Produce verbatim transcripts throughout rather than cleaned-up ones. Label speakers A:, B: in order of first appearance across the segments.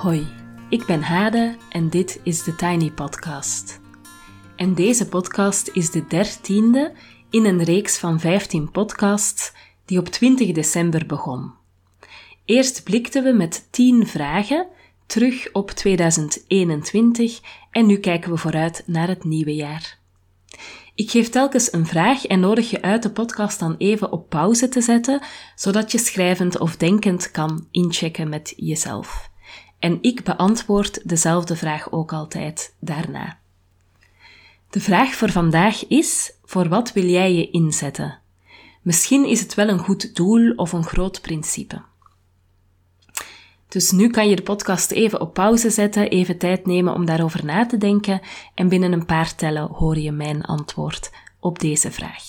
A: Hoi, ik ben Hade en dit is de Tiny Podcast. En deze podcast is de dertiende in een reeks van vijftien podcasts die op twintig december begon. Eerst blikten we met tien vragen terug op tweeduizend eenentwintig en nu kijken we vooruit naar het nieuwe jaar. Ik geef telkens een vraag en nodig je uit de podcast dan even op pauze te zetten, zodat je schrijvend of denkend kan inchecken met jezelf. En ik beantwoord dezelfde vraag ook altijd daarna. De vraag voor vandaag is, voor wat wil jij je inzetten? Misschien is het wel een goed doel of een groot principe. Dus nu kan je de podcast even op pauze zetten, even tijd nemen om daarover na te denken en binnen een paar tellen hoor je mijn antwoord op deze vraag.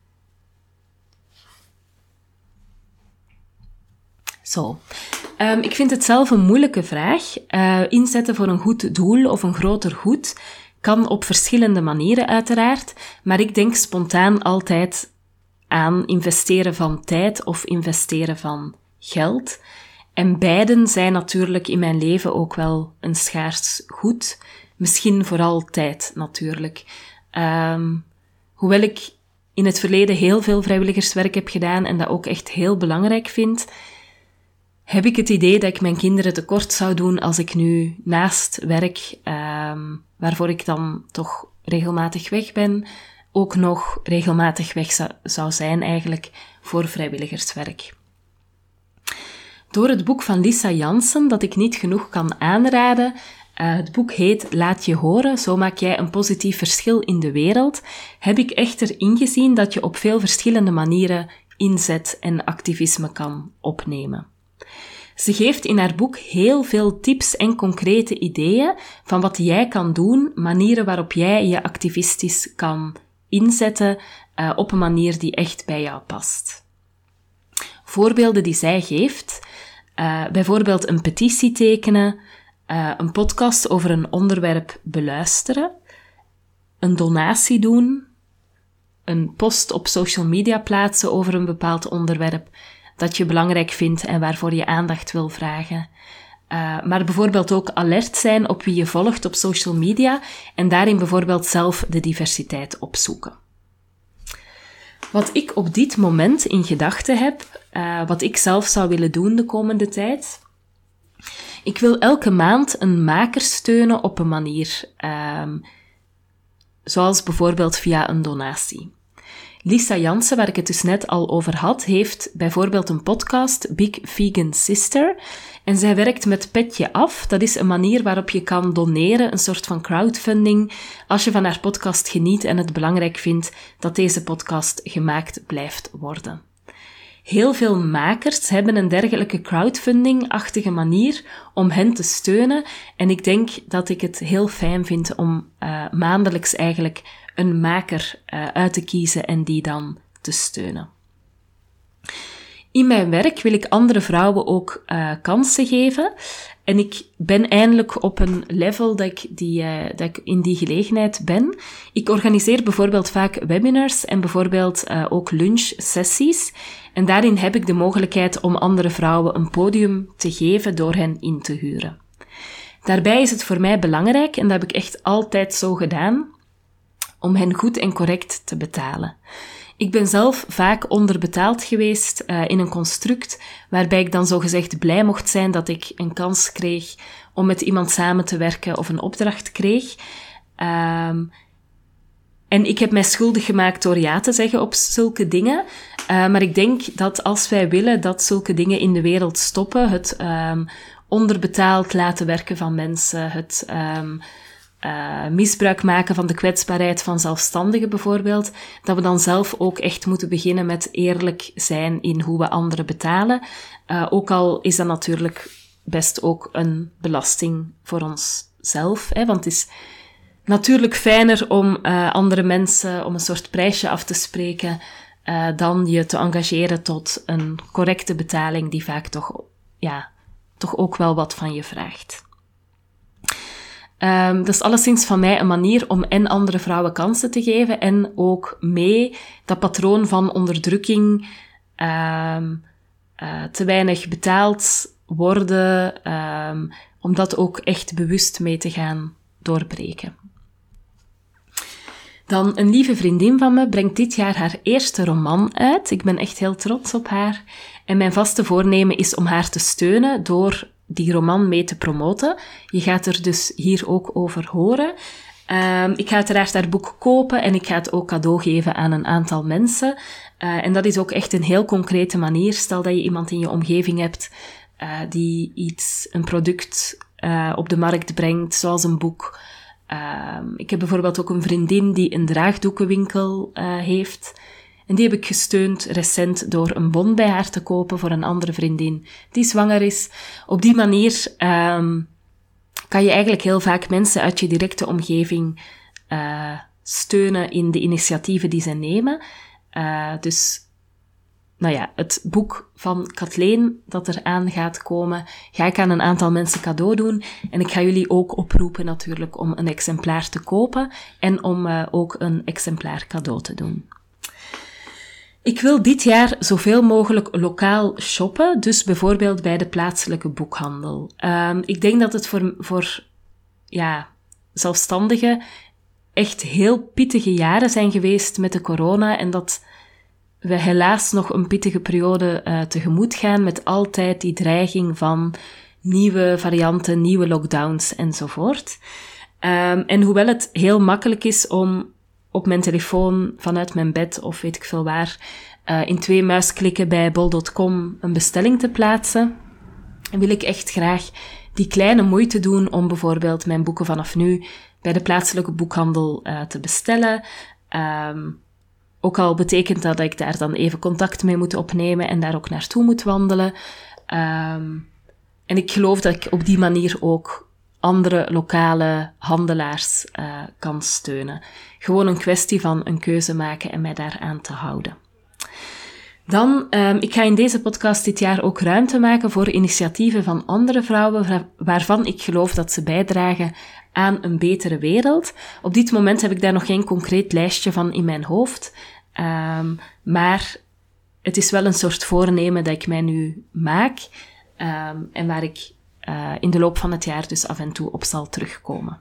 A: Zo, um, ik vind het zelf een moeilijke vraag. Uh, inzetten voor een goed doel of een groter goed kan op verschillende manieren uiteraard, maar ik denk spontaan altijd aan investeren van tijd of investeren van geld. En beiden zijn natuurlijk in mijn leven ook wel een schaars goed. Misschien vooral tijd natuurlijk. Um, hoewel ik in het verleden heel veel vrijwilligerswerk heb gedaan en dat ook echt heel belangrijk vind, heb ik het idee dat ik mijn kinderen tekort zou doen als ik nu naast werk, um, waarvoor ik dan toch regelmatig weg ben, ook nog regelmatig weg zou, zou zijn eigenlijk voor vrijwilligerswerk. Door het boek van Lisa Jansen, dat ik niet genoeg kan aanraden, uh, het boek heet Laat je horen, zo maak jij een positief verschil in de wereld, heb ik echter ingezien dat je op veel verschillende manieren inzet en activisme kan opnemen. Ze geeft in haar boek heel veel tips en concrete ideeën van wat jij kan doen, manieren waarop jij je activistisch kan inzetten uh, op een manier die echt bij jou past. Voorbeelden die zij geeft, uh, bijvoorbeeld een petitie tekenen, uh, een podcast over een onderwerp beluisteren, een donatie doen, een post op social media plaatsen over een bepaald onderwerp dat je belangrijk vindt en waarvoor je aandacht wil vragen. Uh, maar bijvoorbeeld ook alert zijn op wie je volgt op social media en daarin bijvoorbeeld zelf de diversiteit opzoeken. Wat ik op dit moment in gedachten heb, uh, wat ik zelf zou willen doen de komende tijd. Ik wil elke maand een maker steunen op een manier, um, zoals bijvoorbeeld via een donatie. Lisa Jansen, waar ik het dus net al over had, heeft bijvoorbeeld een podcast, Big Vegan Sister. En zij werkt met Petje Af. Dat is een manier waarop je kan doneren, een soort van crowdfunding, als je van haar podcast geniet en het belangrijk vindt dat deze podcast gemaakt blijft worden. Heel veel makers hebben een dergelijke crowdfunding-achtige manier om hen te steunen. En ik denk dat ik het heel fijn vind om uh, maandelijks eigenlijk een maker uh, uit te kiezen en die dan te steunen. In mijn werk wil ik andere vrouwen ook uh, kansen geven. En ik ben eindelijk op een level dat ik, die, uh, dat ik in die gelegenheid ben. Ik organiseer bijvoorbeeld vaak webinars en bijvoorbeeld uh, ook lunchsessies. En daarin heb ik de mogelijkheid om andere vrouwen een podium te geven door hen in te huren. Daarbij is het voor mij belangrijk, en dat heb ik echt altijd zo gedaan, om hen goed en correct te betalen. Ik ben zelf vaak onderbetaald geweest uh, in een construct waarbij ik dan zogezegd blij mocht zijn dat ik een kans kreeg om met iemand samen te werken of een opdracht kreeg. Um, en ik heb mij schuldig gemaakt door ja te zeggen op zulke dingen. Uh, maar ik denk dat als wij willen dat zulke dingen in de wereld stoppen, het um, onderbetaald laten werken van mensen, het um, Uh, misbruik maken van de kwetsbaarheid van zelfstandigen bijvoorbeeld, dat we dan zelf ook echt moeten beginnen met eerlijk zijn in hoe we anderen betalen. Uh, ook al is dat natuurlijk best ook een belasting voor onszelf, hè, want het is natuurlijk fijner om uh, andere mensen om een soort prijsje af te spreken uh, dan je te engageren tot een correcte betaling die vaak toch, ja, toch ook wel wat van je vraagt. Um, dat is alleszins van mij een manier om en andere vrouwen kansen te geven en ook mee dat patroon van onderdrukking, um, uh, te weinig betaald worden, um, om dat ook echt bewust mee te gaan doorbreken. Dan een lieve vriendin van me brengt dit jaar haar eerste roman uit. Ik ben echt heel trots op haar. En mijn vaste voornemen is om haar te steunen door die roman mee te promoten. Je gaat er dus hier ook over horen. Um, ik ga uiteraard haar boek kopen en ik ga het ook cadeau geven aan een aantal mensen. Uh, en dat is ook echt een heel concrete manier. Stel dat je iemand in je omgeving hebt uh, die iets, een product uh, op de markt brengt, zoals een boek. Uh, ik heb bijvoorbeeld ook een vriendin die een draagdoekenwinkel uh, heeft. En die heb ik gesteund recent door een bon bij haar te kopen voor een andere vriendin die zwanger is. Op die manier um, kan je eigenlijk heel vaak mensen uit je directe omgeving uh, steunen in de initiatieven die ze nemen. Uh, dus, nou ja, het boek van Kathleen dat eraan gaat komen, ga ik aan een aantal mensen cadeau doen. En ik ga jullie ook oproepen natuurlijk om een exemplaar te kopen en om uh, ook een exemplaar cadeau te doen. Ik wil dit jaar zoveel mogelijk lokaal shoppen, dus bijvoorbeeld bij de plaatselijke boekhandel. Um, ik denk dat het voor, voor ja, zelfstandigen echt heel pittige jaren zijn geweest met de corona en dat we helaas nog een pittige periode uh, tegemoet gaan met altijd die dreiging van nieuwe varianten, nieuwe lockdowns enzovoort. Um, en hoewel het heel makkelijk is om op mijn telefoon vanuit mijn bed of weet ik veel waar uh, in twee muisklikken bij bol punt com een bestelling te plaatsen, wil ik echt graag die kleine moeite doen om bijvoorbeeld mijn boeken vanaf nu bij de plaatselijke boekhandel uh, te bestellen. Um, ook al betekent dat dat ik daar dan even contact mee moet opnemen en daar ook naartoe moet wandelen. Um, en ik geloof dat ik op die manier ook andere lokale handelaars uh, kan steunen. Gewoon een kwestie van een keuze maken en mij daaraan te houden. Dan, um, ik ga in deze podcast dit jaar ook ruimte maken voor initiatieven van andere vrouwen, waarvan ik geloof dat ze bijdragen aan een betere wereld. Op dit moment heb ik daar nog geen concreet lijstje van in mijn hoofd, um, maar het is wel een soort voornemen dat ik mij nu maak um, en waar ik uh, in de loop van het jaar dus af en toe op zal terugkomen.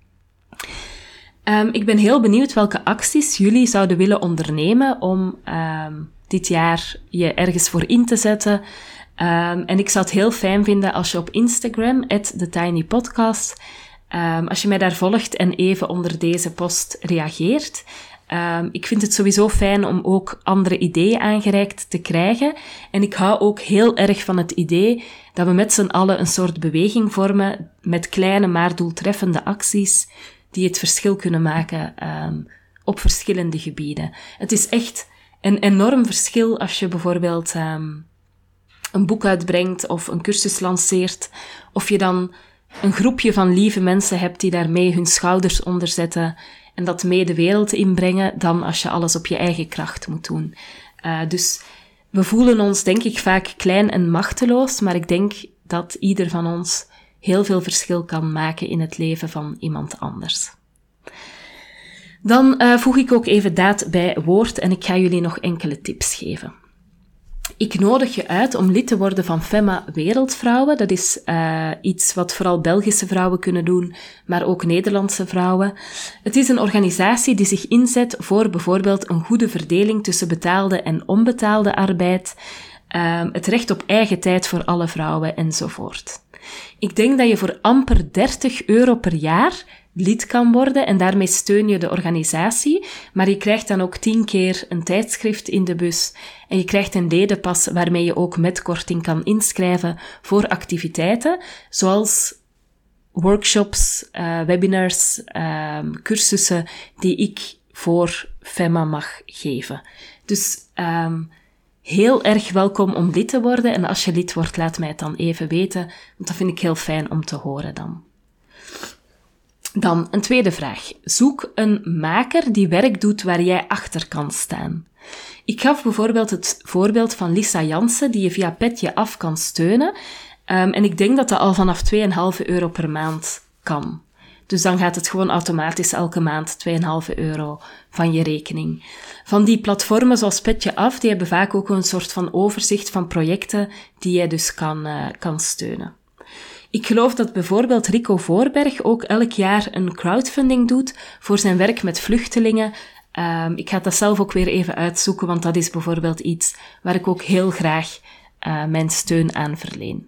A: Um, ik ben heel benieuwd welke acties jullie zouden willen ondernemen om um, dit jaar je ergens voor in te zetten. Um, en ik zou het heel fijn vinden als je op Instagram, at TheTinyPodcast, um, als je mij daar volgt en even onder deze post reageert. Um, ik vind het sowieso fijn om ook andere ideeën aangereikt te krijgen. En ik hou ook heel erg van het idee dat we met z'n allen een soort beweging vormen met kleine maar doeltreffende acties die het verschil kunnen maken um, op verschillende gebieden. Het is echt een enorm verschil als je bijvoorbeeld um, een boek uitbrengt of een cursus lanceert, of je dan een groepje van lieve mensen hebt die daarmee hun schouders onder zetten en dat mee de wereld inbrengen, dan als je alles op je eigen kracht moet doen. Uh, dus we voelen ons denk ik vaak klein en machteloos, maar ik denk dat ieder van ons heel veel verschil kan maken in het leven van iemand anders. Dan uh, voeg ik ook even daad bij woord en ik ga jullie nog enkele tips geven. Ik nodig je uit om lid te worden van Femma Wereldvrouwen. Dat is uh, iets wat vooral Belgische vrouwen kunnen doen, maar ook Nederlandse vrouwen. Het is een organisatie die zich inzet voor bijvoorbeeld een goede verdeling tussen betaalde en onbetaalde arbeid, uh, het recht op eigen tijd voor alle vrouwen enzovoort. Ik denk dat je voor amper dertig euro per jaar lid kan worden en daarmee steun je de organisatie, maar je krijgt dan ook tien keer een tijdschrift in de bus en je krijgt een ledenpas waarmee je ook met korting kan inschrijven voor activiteiten, zoals workshops, uh, webinars, uh, cursussen die ik voor Femma mag geven. Dus um, heel erg welkom om lid te worden en als je lid wordt, laat mij het dan even weten, want dat vind ik heel fijn om te horen dan. Dan een tweede vraag. Zoek een maker die werk doet waar jij achter kan staan. Ik gaf bijvoorbeeld het voorbeeld van Lisa Jansen, die je via Petje Af kan steunen. Um, en ik denk dat dat al vanaf twee komma vijf euro per maand kan. Dus dan gaat het gewoon automatisch elke maand twee komma vijf euro van je rekening. Van die platformen zoals Petje Af, die hebben vaak ook een soort van overzicht van projecten die jij dus kan, uh, kan steunen. Ik geloof dat bijvoorbeeld Rico Voorberg ook elk jaar een crowdfunding doet voor zijn werk met vluchtelingen. Um, ik ga dat zelf ook weer even uitzoeken, want dat is bijvoorbeeld iets waar ik ook heel graag uh, mijn steun aan verleen.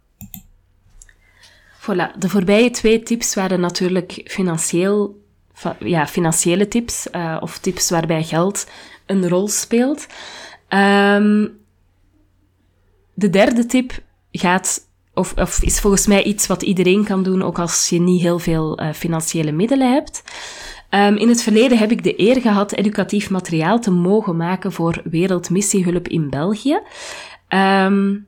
A: Voilà, de voorbije twee tips waren natuurlijk financieel, ja, financiële tips, uh, of tips waarbij geld een rol speelt. Um, de derde tip gaat, of, of is volgens mij iets wat iedereen kan doen, ook als je niet heel veel uh, financiële middelen hebt. Um, in het verleden heb ik de eer gehad educatief materiaal te mogen maken voor Wereldmissiehulp in België. Um,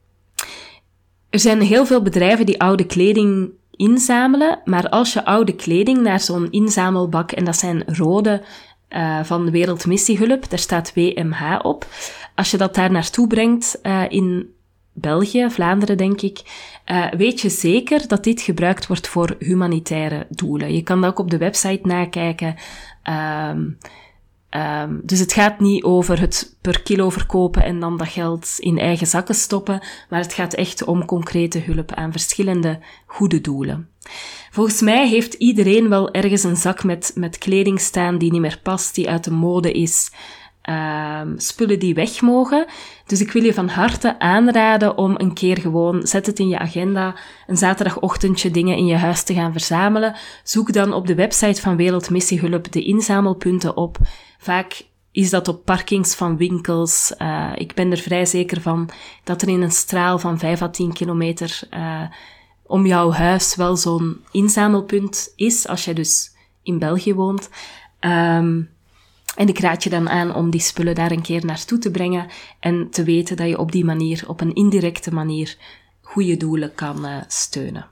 A: er zijn heel veel bedrijven die oude kleding inzamelen, maar als je oude kleding naar zo'n inzamelbak, en dat zijn rode uh, van Wereldmissiehulp, daar staat W M H op, als je dat daar naartoe brengt uh, in België, Vlaanderen denk ik, uh, weet je zeker dat dit gebruikt wordt voor humanitaire doelen. Je kan dat ook op de website nakijken. Um, um, dus het gaat niet over het per kilo verkopen en dan dat geld in eigen zakken stoppen, maar het gaat echt om concrete hulp aan verschillende goede doelen. Volgens mij heeft iedereen wel ergens een zak met, met kleding staan die niet meer past, die uit de mode is. Uh, spullen die weg mogen. Dus ik wil je van harte aanraden om een keer gewoon, zet het in je agenda, een zaterdagochtendje dingen in je huis te gaan verzamelen. Zoek dan op de website van Wereldmissiehulp de inzamelpunten op. Vaak is dat op parkings van winkels. Uh, ik ben er vrij zeker van dat er in een straal van vijf à tien kilometer uh, om jouw huis wel zo'n inzamelpunt is, als jij dus in België woont. Um, En ik raad je dan aan om die spullen daar een keer naartoe te brengen en te weten dat je op die manier, op een indirecte manier, goede doelen kan uh, steunen.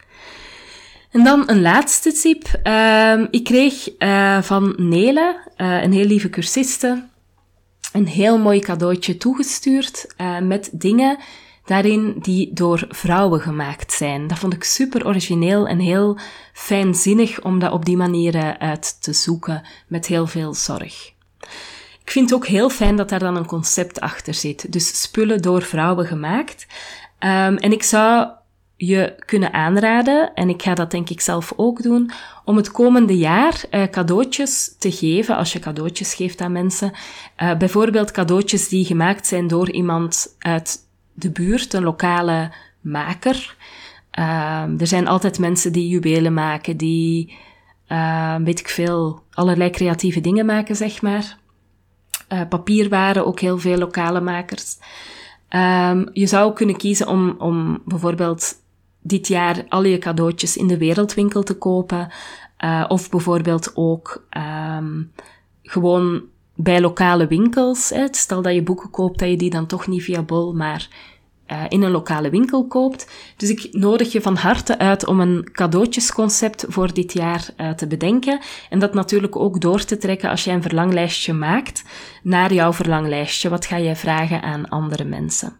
A: En dan een laatste tip. Uh, ik kreeg uh, van Nele, uh, een heel lieve cursiste, een heel mooi cadeautje toegestuurd uh, met dingen daarin die door vrouwen gemaakt zijn. Dat vond ik super origineel en heel fijnzinnig om dat op die manier uit te zoeken met heel veel zorg. Ik vind het ook heel fijn dat daar dan een concept achter zit. Dus spullen door vrouwen gemaakt. Um, en ik zou je kunnen aanraden, en ik ga dat denk ik zelf ook doen, om het komende jaar uh, cadeautjes te geven, als je cadeautjes geeft aan mensen. Uh, bijvoorbeeld cadeautjes die gemaakt zijn door iemand uit de buurt, een lokale maker. Uh, er zijn altijd mensen die juwelen maken, die, uh, weet ik veel, allerlei creatieve dingen maken, zeg maar. Uh, papierwaren, ook heel veel lokale makers. Um, je zou kunnen kiezen om, om bijvoorbeeld dit jaar al je cadeautjes in de Wereldwinkel te kopen. Uh, of bijvoorbeeld ook um, gewoon bij lokale winkels. Hè. Stel dat je boeken koopt, dat je die dan toch niet via Bol, maar uh, in een lokale winkel koopt. Dus ik nodig je van harte uit om een cadeautjesconcept voor dit jaar uh, te bedenken. En dat natuurlijk ook door te trekken als jij een verlanglijstje maakt naar jouw verlanglijstje. Wat ga jij vragen aan andere mensen?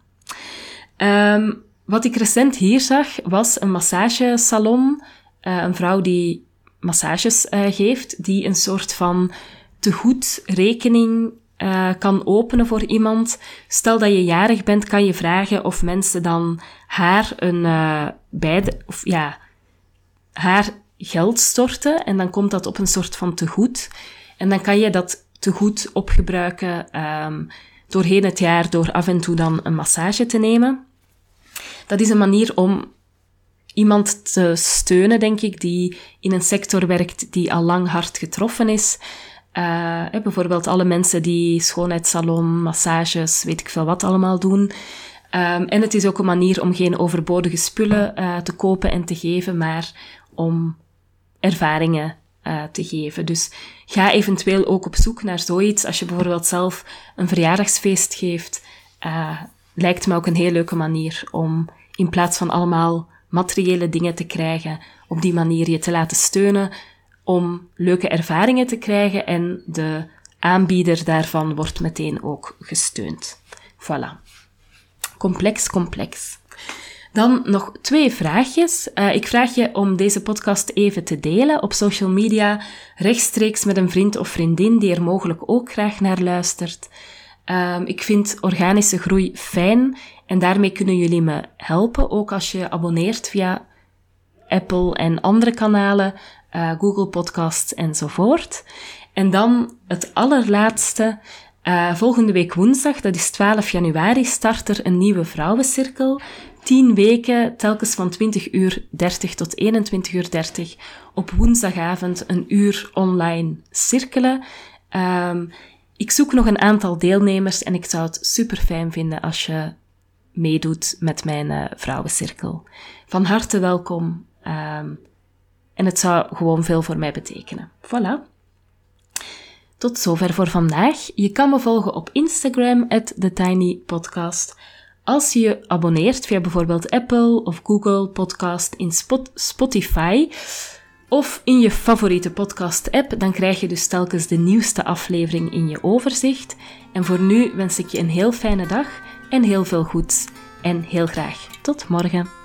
A: Um, wat ik recent hier zag, was een massagesalon. Uh, een vrouw die massages uh, geeft, die een soort van tegoedrekening uh, kan openen voor iemand. Stel dat je jarig bent, kan je vragen of mensen dan haar een uh, beide, of ja, haar geld storten en dan komt dat op een soort van tegoed. En dan kan je dat tegoed opgebruiken um, doorheen het jaar door af en toe dan een massage te nemen. Dat is een manier om iemand te steunen, denk ik, die in een sector werkt die al lang hard getroffen is. Uh, bijvoorbeeld alle mensen die schoonheidssalon, massages, weet ik veel wat allemaal doen. Um, en het is ook een manier om geen overbodige spullen uh, te kopen en te geven, maar om ervaringen uh, te geven. Dus ga eventueel ook op zoek naar zoiets. Als je bijvoorbeeld zelf een verjaardagsfeest geeft, uh, lijkt me ook een heel leuke manier om in plaats van allemaal materiële dingen te krijgen, op die manier je te laten steunen, om leuke ervaringen te krijgen en de aanbieder daarvan wordt meteen ook gesteund. Voilà. Complex, complex. Dan nog twee vraagjes. Uh, ik vraag je om deze podcast even te delen op social media, rechtstreeks met een vriend of vriendin die er mogelijk ook graag naar luistert. Um, ik vind organische groei fijn en daarmee kunnen jullie me helpen, ook als je abonneert via Apple en andere kanalen, uh, Google Podcasts enzovoort. En dan het allerlaatste, uh, volgende week woensdag, dat is twaalf januari, start er een nieuwe vrouwencirkel. Tien weken, telkens van twintig uur dertig tot eenentwintig uur dertig, op woensdagavond een uur online cirkelen. Um, ik zoek nog een aantal deelnemers en ik zou het super fijn vinden als je meedoet met mijn uh, vrouwencirkel. Van harte welkom. Um, en het zou gewoon veel voor mij betekenen. Voilà. Tot zover voor vandaag. Je kan me volgen op Instagram, at TheTinyPodcast. Als je je abonneert via bijvoorbeeld Apple of Google Podcast in Spot- Spotify of in je favoriete podcast-app, dan krijg je dus telkens de nieuwste aflevering in je overzicht. En voor nu wens ik je een heel fijne dag en heel veel goeds. En heel graag tot morgen.